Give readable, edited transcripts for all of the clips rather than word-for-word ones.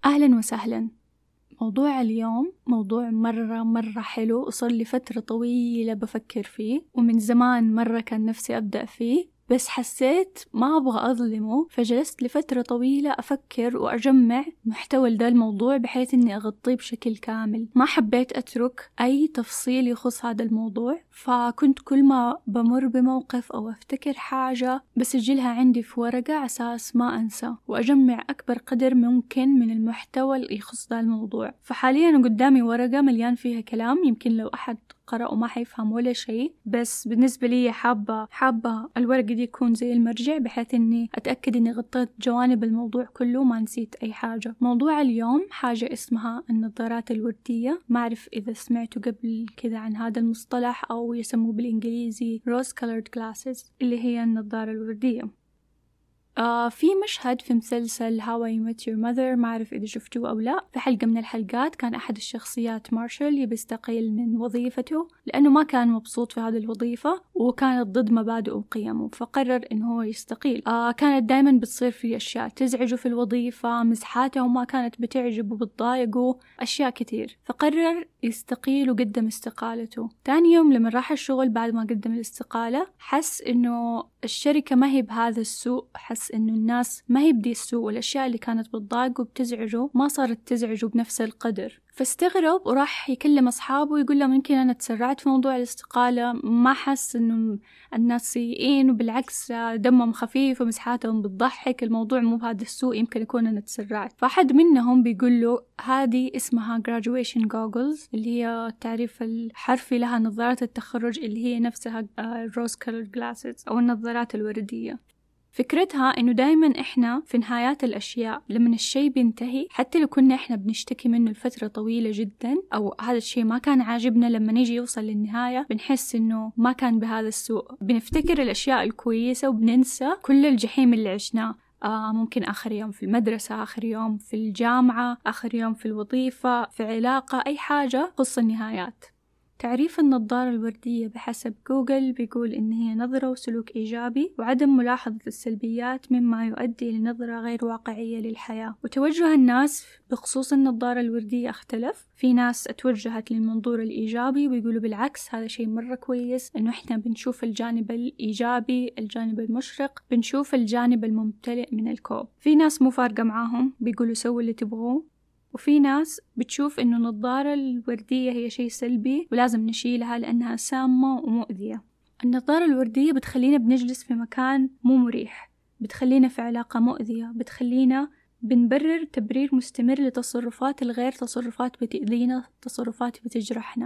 أهلا وسهلا. موضوع اليوم موضوع مرة حلو، وصار لي فترة طويلة بفكر فيه، ومن زمان مرة كان نفسي أبدأ فيه، بس حسيت ما أبغى أظلمه، فجلست لفترة طويلة أفكر وأجمع محتوى لذا الموضوع بحيث أني أغطيه بشكل كامل. ما حبيت أترك أي تفصيل يخص هذا الموضوع، فكنت كل ما بمر بموقف أو أفتكر حاجة بسجلها عندي في ورقة على أساس ما أنسى، وأجمع أكبر قدر ممكن من المحتوى اللي يخص ذا الموضوع. فحاليا قدامي ورقة مليان فيها كلام، يمكن لو أحد قرأ وما حيفهم ولا شيء، بس بالنسبة لي حابة الورقة دي يكون زي المرجع بحيث إني أتأكد إني غطيت جوانب الموضوع كله وما نسيت أي حاجة. موضوع اليوم حاجة اسمها النظارات الوردية. ما أعرف إذا سمعتوا قبل كذا عن هذا المصطلح، أو يسموه بالإنجليزي rose colored glasses، اللي هي النظارة الوردية. في مشهد في مسلسل How I Met Your Mother، ما أعرف إذا شفتوه أو لا، في حلقة من الحلقات كان أحد الشخصيات مارشال يبي يستقيل من وظيفته لأنه ما كان مبسوط في هذه الوظيفة وكانت ضد مبادئه وقيمه، فقرر إنه هو يستقيل. كانت دايما بتصير في أشياء تزعجه في الوظيفة، مسحاته ما كانت بتعجبه بتضايقه، أشياء كتير، فقرر يستقيل وقدم استقالته. تاني يوم لما راح الشغل بعد ما قدم الاستقالة، حس إنه الشركة ما هي بهذا السوء، حس إنه الناس ما هي بدي السوء، والأشياء اللي كانت بتضايقه وبتزعجه ما صارت تزعجه بنفس القدر. فاستغرب وراح يكلم أصحابه ويقول لهم يمكن أنا تسرعت في موضوع الاستقالة، ما حس إنه الناس سيئين، وبالعكس دمهم خفيف ومسحاتهم بتضحك، الموضوع مو بهذا السوء، يمكن أكون أنا تسرعت. فأحد منهم بيقول له هذه اسمها graduation goggles، اللي هي التعريف الحرفي لها نظارات التخرج، اللي هي نفسها rose colored glasses أو النظارات الوردية. فكرتها إنه دايما إحنا في نهايات الأشياء لما الشيء بينتهي، حتى لو كنا إحنا بنشتكي منه لفترة طويلة جدا، أو هذا الشيء ما كان عاجبنا، لما نيجي يوصل للنهاية بنحس إنه ما كان بهذا السوء، بنفتكر الأشياء الكويسة وبننسى كل الجحيم اللي عشناه. ممكن آخر يوم في المدرسة، آخر يوم في الجامعة، آخر يوم في الوظيفة، في علاقة، أي حاجة خص النهايات. تعريف النظارة الوردية بحسب جوجل بيقول إن هي نظرة وسلوك إيجابي وعدم ملاحظة السلبيات مما يؤدي لنظرة غير واقعية للحياة. وتوجه الناس بخصوص النظارة الوردية اختلف، في ناس اتوجهت للمنظور الإيجابي ويقولوا بالعكس هذا شيء مرة كويس، إنه إحنا بنشوف الجانب الإيجابي، الجانب المشرق، بنشوف الجانب الممتلئ من الكوب. في ناس مو فارقة معاهم بيقولوا سووا اللي تبغوه، وفي ناس بتشوف إنه النظارة الوردية هي شيء سلبي ولازم نشيلها لأنها سامة ومؤذية. النظارة الوردية بتخلينا بنجلس في مكان مو مريح، بتخلينا في علاقة مؤذية، بتخلينا بنبرر تبرير مستمر لتصرفات الغير، تصرفات بتأذينا، تصرفات بتجرحنا.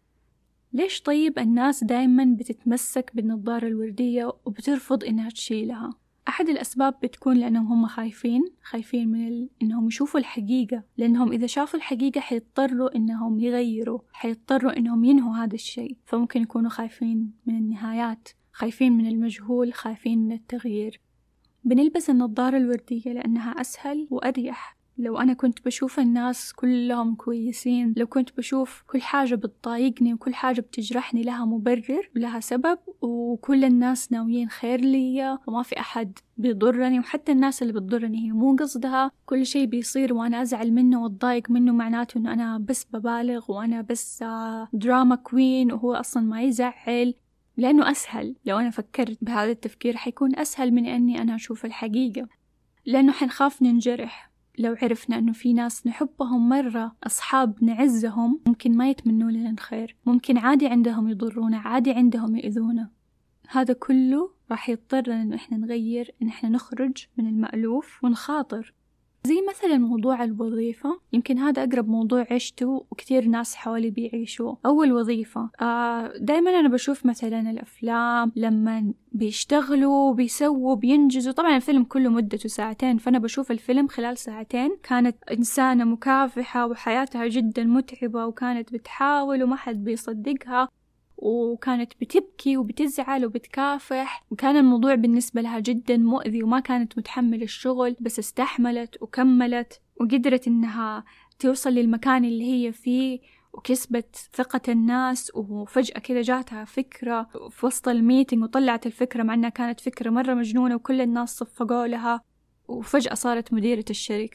ليش طيب الناس دايما بتتمسك بالنظارة الوردية وبترفض إنها تشيلها؟ أحد الأسباب بتكون لأنهم هم خايفين من إنهم يشوفوا الحقيقة، لأنهم إذا شافوا الحقيقة حيضطروا إنهم يغيروا، حيضطروا إنهم ينهوا هذا الشيء، فممكن يكونوا خايفين من النهايات، خايفين من المجهول، خايفين من التغيير. بنلبس النظارة الوردية لأنها أسهل وأريح. لو أنا كنت بشوف الناس كلهم كويسين، لو كنت بشوف كل حاجة بتضايقني وكل حاجة بتجرحني لها مبرر ولها سبب، وكل الناس ناويين خير لي وما في أحد بيضرني، وحتى الناس اللي بتضرني هي مو قصدها، كل شيء بيصير وأنا أزعل منه وأتضايق منه معناته إنه أنا بس ببالغ وأنا بس دراما كوين وهو أصلا ما يزعل. لأنه أسهل، لو أنا فكرت بهذا التفكير حيكون أسهل من أني أنا أشوف الحقيقة، لأنه حنخاف ننجرح. لو عرفنا أنه في ناس نحبهم مرة، أصحاب نعزهم، ممكن ما يتمنوا لنا الخير، ممكن عادي عندهم يضرونا، عادي عندهم يؤذونا. هذا كله راح يضطرنا أنه إحنا نغير، إن إحنا نخرج من المألوف ونخاطر. زي مثلا موضوع الوظيفة، يمكن هذا أقرب موضوع عشته وكثير ناس حوالي بيعيشوه. أول وظيفة، دايما أنا بشوف مثلا الأفلام لما بيشتغلوا بيسووا بينجزوا، طبعا الفيلم كله مدته 2 ساعة، فأنا بشوف الفيلم خلال 2 ساعة كانت إنسانة مكافحة وحياتها جدا متعبة، وكانت بتحاول وما حد بيصدقها، وكانت بتبكي وبتزعل وبتكافح، وكان الموضوع بالنسبة لها جدا مؤذي وما كانت متحمل الشغل، بس استحملت وكملت وقدرت إنها توصل للمكان اللي هي فيه، وكسبت ثقة الناس. وفجأة كده جاتها فكرة في وسط الميتنج وطلعت الفكرة مع أنها كانت فكرة مرة مجنونة وكل الناس صفقوا لها، وفجأة صارت مديرة الشركة.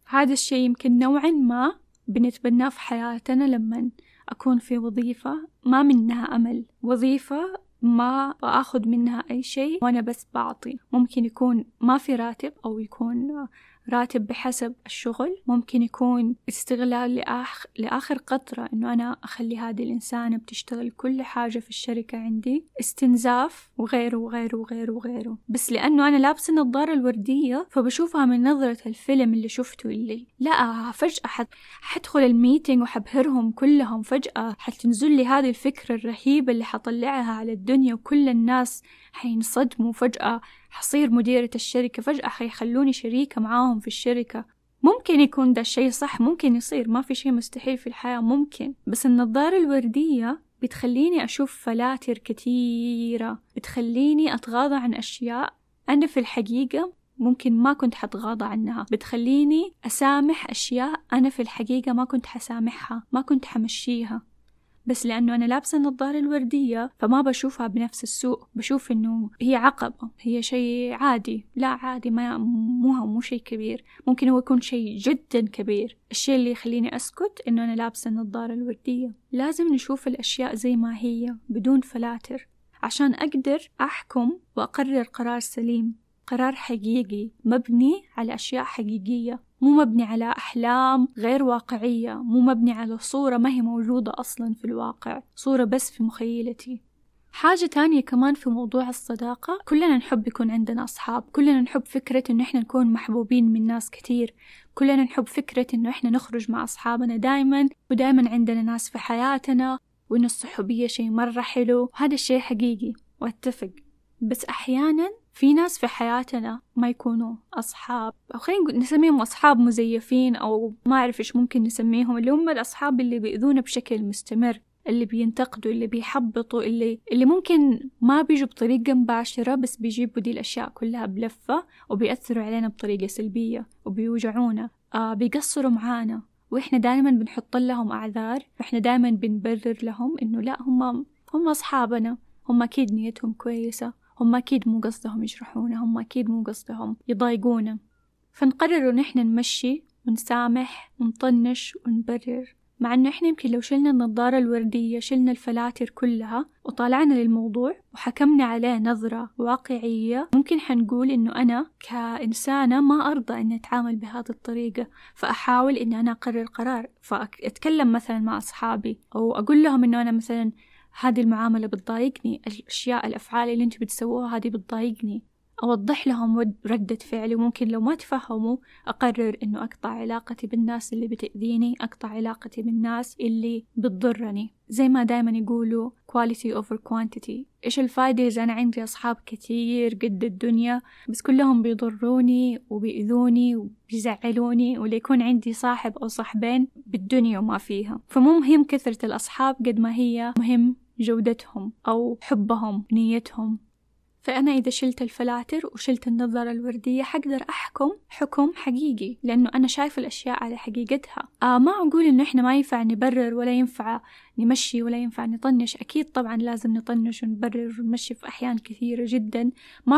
هذا الشيء يمكن نوعا ما بنتبناه في حياتنا لما أكون في وظيفة ما منها أمل، وظيفة ما أخذ منها أي شيء وأنا بس بعطي. ممكن يكون ما في راتب، أو يكون راتب بحسب الشغل، ممكن يكون استغلال لآخر قطرة، إنه أنا أخلي هذه الإنسانة بتشتغل كل حاجة في الشركة عندي، استنزاف وغيره وغيره وغيره وغيره. بس لأنه أنا لابسة النظارة الوردية فبشوفها من نظرة الفيلم اللي شفته، اللي لا فجأة حدخل الميتينج وحبهرهم كلهم، فجأة حتنزل لي هذه الفكرة الرهيبة اللي حطلعها على الدنيا وكل الناس حينصدموا، فجأة حصير مديرة الشركة، فجأة حيخلوني شريكة معاهم في الشركة. ممكن يكون ده الشيء صح، ممكن يصير، ما في شيء مستحيل في الحياة، ممكن. بس النظارة الوردية بتخليني أشوف فلاتر كثيرة، بتخليني أتغاضى عن أشياء أنا في الحقيقة ممكن ما كنت حتغاضى عنها، بتخليني أسامح أشياء أنا في الحقيقة ما كنت حسامحها، ما كنت حمشيها. بس لأنه أنا لابسة النظارة الوردية فما بشوفها بنفس السوء، بشوف إنه هي عقبة، هي شيء عادي. لا عادي، ما مو شيء كبير، ممكن هو يكون شيء جدا كبير. الشيء اللي يخليني أسكت إنه أنا لابسة النظارة الوردية. لازم نشوف الأشياء زي ما هي بدون فلاتر عشان أقدر أحكم وأقرر قرار سليم، قرار حقيقي مبني على أشياء حقيقية، مو مبني على أحلام غير واقعية، مو مبني على صورة ما هي موجودة أصلا في الواقع، صورة بس في مخيلتي. حاجة تانية كمان في موضوع الصداقة، كلنا نحب يكون عندنا أصحاب، كلنا نحب فكرة إنه إحنا نكون محبوبين من ناس كتير، كلنا نحب فكرة إنه إحنا نخرج مع أصحابنا دايما، ودايما عندنا ناس في حياتنا، وإنه الصحوبية شيء مرة حلو. هذا الشيء حقيقي واتفق. بس أحيانا في ناس في حياتنا ما يكونوا أصحاب، أو خلينا نسميهم أصحاب مزيفين، أو ما أعرف إيش ممكن نسميهم، اللي هم الأصحاب اللي بيؤذونا بشكل مستمر، اللي بينتقدوا، اللي بيحبطوا، اللي ممكن ما بيجوا بطريقة مباشرة بس بيجيبوا دي الأشياء كلها بلفة وبيأثروا علينا بطريقة سلبية وبيوجعونا، بيقصروا معانا، وإحنا دائما بنحط لهم أعذار، وإحنا دائما بنبرر لهم إنه لا هم أصحابنا، هم أكيد نيتهم كويسة، هم أكيد مو قصدهم يجرحونا، هم أكيد مو قصدهم يضايقونا. فنقرر إن إحنا نمشي ونسامح ونطنش ونبرر، مع إنه إحنا يمكن لو شلنا النظارة الوردية، شلنا الفلاتر كلها وطالعنا للموضوع وحكمنا عليه نظرة واقعية، ممكن حنقول إنه أنا كإنسانة ما أرضى إني أتعامل بهذه الطريقة، فأحاول إن أنا أقرر قرار، فأتكلم مثلا مع أصحابي أو أقول لهم إنه أنا مثلا هذه المعاملة بتضايقني، الأفعال اللي أنتوا بتسووها هذه بتضايقني، أوضح لهم ردة فعلي. وممكن لو ما تفهموا أقرر إنه أقطع علاقتي بالناس اللي بتأذيني، أقطع علاقتي بالناس اللي بتضرني. زي ما دايما يقولوا quality over quantity. إيش الفايدة إذا أنا عندي أصحاب كتير قد الدنيا بس كلهم بيضروني وبيأذوني وبيزعلوني، وليكون عندي صاحب أو صاحبين بالدنيا وما فيها. فمو مهم كثرة الأصحاب قد ما هي مهم جودتهم أو حبهم، نيتهم. فأنا إذا شلت الفلاتر وشلت النظرة الوردية حقدر أحكم حكم حقيقي، لأنه أنا شايف الأشياء على حقيقتها. ما أقول إنه إحنا ما ينفع نبرر ولا ينفع نمشي ولا ينفع نطنش، أكيد طبعا لازم نطنش ونبرر ونمشي في أحيان كثيرة جدا. ما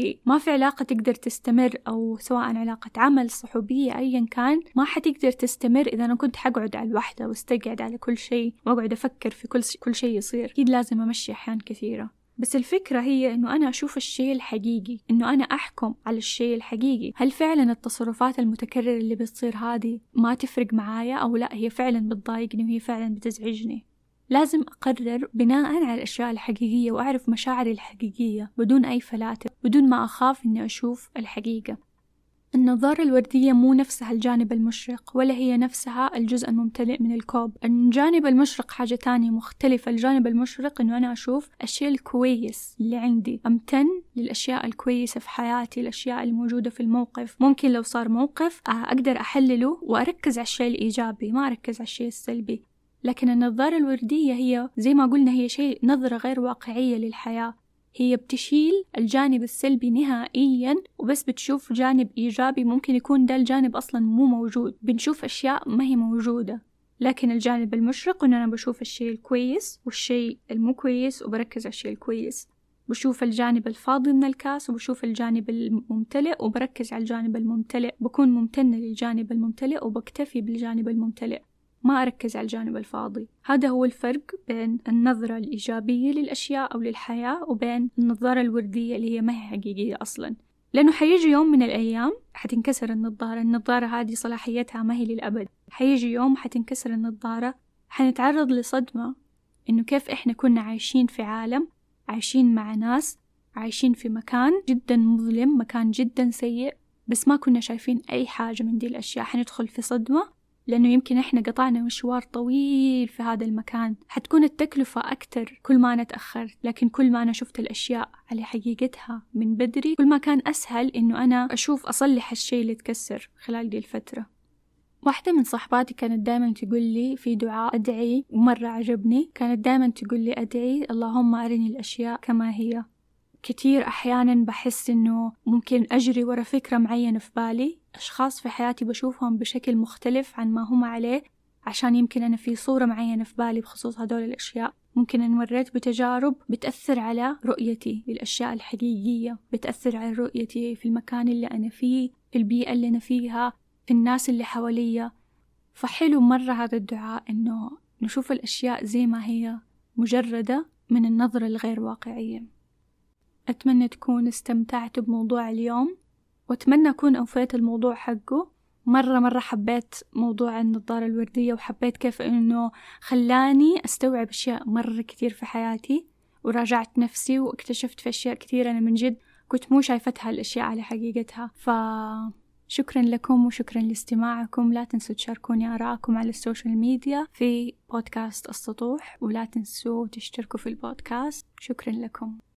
في علاقة تقدر تستمر، أو سواء علاقة عمل، صحوبية، أيا كان، ما حتقدر تستمر إذا أنا كنت حقعد على الوحدة واستقعد على كل شيء وأقعد أفكر في كل شيء يصير. أكيد لازم أمشي أحيان كثيرة. بس الفكرة هي إنه أنا أشوف الشيء الحقيقي، إنه أنا أحكم على الشيء الحقيقي. هل فعلا التصرفات المتكررة اللي بتصير هذه ما تفرق معايا، أو لا هي فعلا بتضايقني وهي فعلا بتزعجني؟ لازم أقرر بناء على الأشياء الحقيقية وأعرف مشاعري الحقيقية بدون أي فلاتر، بدون ما أخاف إني أشوف الحقيقة. النظارة الوردية مو نفسها الجانب المشرق، ولا هي نفسها الجزء الممتلئ من الكوب. الجانب المشرق حاجة تانية مختلفة. الجانب المشرق إنه أنا أشوف الشيء الكويس اللي عندي، أمتن للأشياء الكويسة في حياتي، الأشياء الموجودة في الموقف. ممكن لو صار موقف أقدر أحلله وأركز على الشيء الإيجابي، ما أركز على الشيء السلبي. لكن النظارة الوردية هي زي ما قلنا هي شيء، نظرة غير واقعية للحياة. هي بتشيل الجانب السلبي نهائيا وبس بتشوف جانب إيجابي، ممكن يكون ده الجانب أصلا مو موجود، بنشوف أشياء ما هي موجودة. لكن الجانب المشرق إن أنا بشوف الشيء الكويس والشيء المو كويس وبركز على الشيء الكويس. بشوف الجانب الفاضي من الكاس وبشوف الجانب الممتلئ وبركز على الجانب الممتلئ، بكون ممتنة للجانب الممتلئ وبكتفي بالجانب الممتلئ، ما أركز على الجانب الفاضي. هذا هو الفرق بين النظرة الإيجابية للأشياء أو للحياة وبين النظارة الوردية اللي هي ما هي حقيقية أصلا. لأنه حيجي يوم من الأيام حتنكسر النظارة هذه صلاحيتها ما هي للأبد. حيجي يوم حتنكسر النظارة، حنتعرض لصدمة إنه كيف إحنا كنا عايشين في عالم، عايشين مع ناس، عايشين في مكان جدا مظلم، مكان جدا سيء، بس ما كنا شايفين أي حاجة من دي الأشياء. حندخل في صدمة لأنه يمكن إحنا قطعنا مشوار طويل في هذا المكان. حتكون التكلفة أكتر كل ما أنا تأخرت، لكن كل ما أنا شفت الأشياء على حقيقتها من بدري كل ما كان أسهل إنه أنا أشوف أصلح الشيء اللي تكسر خلال دي الفترة. واحدة من صحباتي كانت دائما تقول لي في دعاء أدعي ومرة عجبني، كانت دائما تقول لي أدعي اللهم أرني الأشياء كما هي. كتير أحيانا بحس إنه ممكن أجري ورا فكرة معينة في بالي، أشخاص في حياتي بشوفهم بشكل مختلف عن ما هم عليه، عشان يمكن أنا في صورة معينة في بالي بخصوص هدول الأشياء. ممكن أن مريت بتجارب بتأثر على رؤيتي للأشياء الحقيقية، بتأثر على رؤيتي في المكان اللي أنا فيه، في البيئة اللي أنا فيها، في الناس اللي حواليا. فحلو مرة هذا الدعاء إنه نشوف الأشياء زي ما هي، مجردة من النظرة الغير واقعية. أتمنى تكون استمتعت بموضوع اليوم، وأتمنى أكون أوفيت الموضوع حقه. مرة حبيت موضوع النظارة الوردية، وحبيت كيف إنه خلاني أستوعب أشياء مرة كتير في حياتي، وراجعت نفسي واكتشفت في أشياء كتير أنا من جد كنت مو شايفتها الأشياء على حقيقتها. فشكرا لكم وشكرا لاستماعكم. لا تنسوا تشاركوني آراءكم على السوشيال ميديا في بودكاست السطوح، ولا تنسوا تشتركوا في البودكاست. شكرا لكم.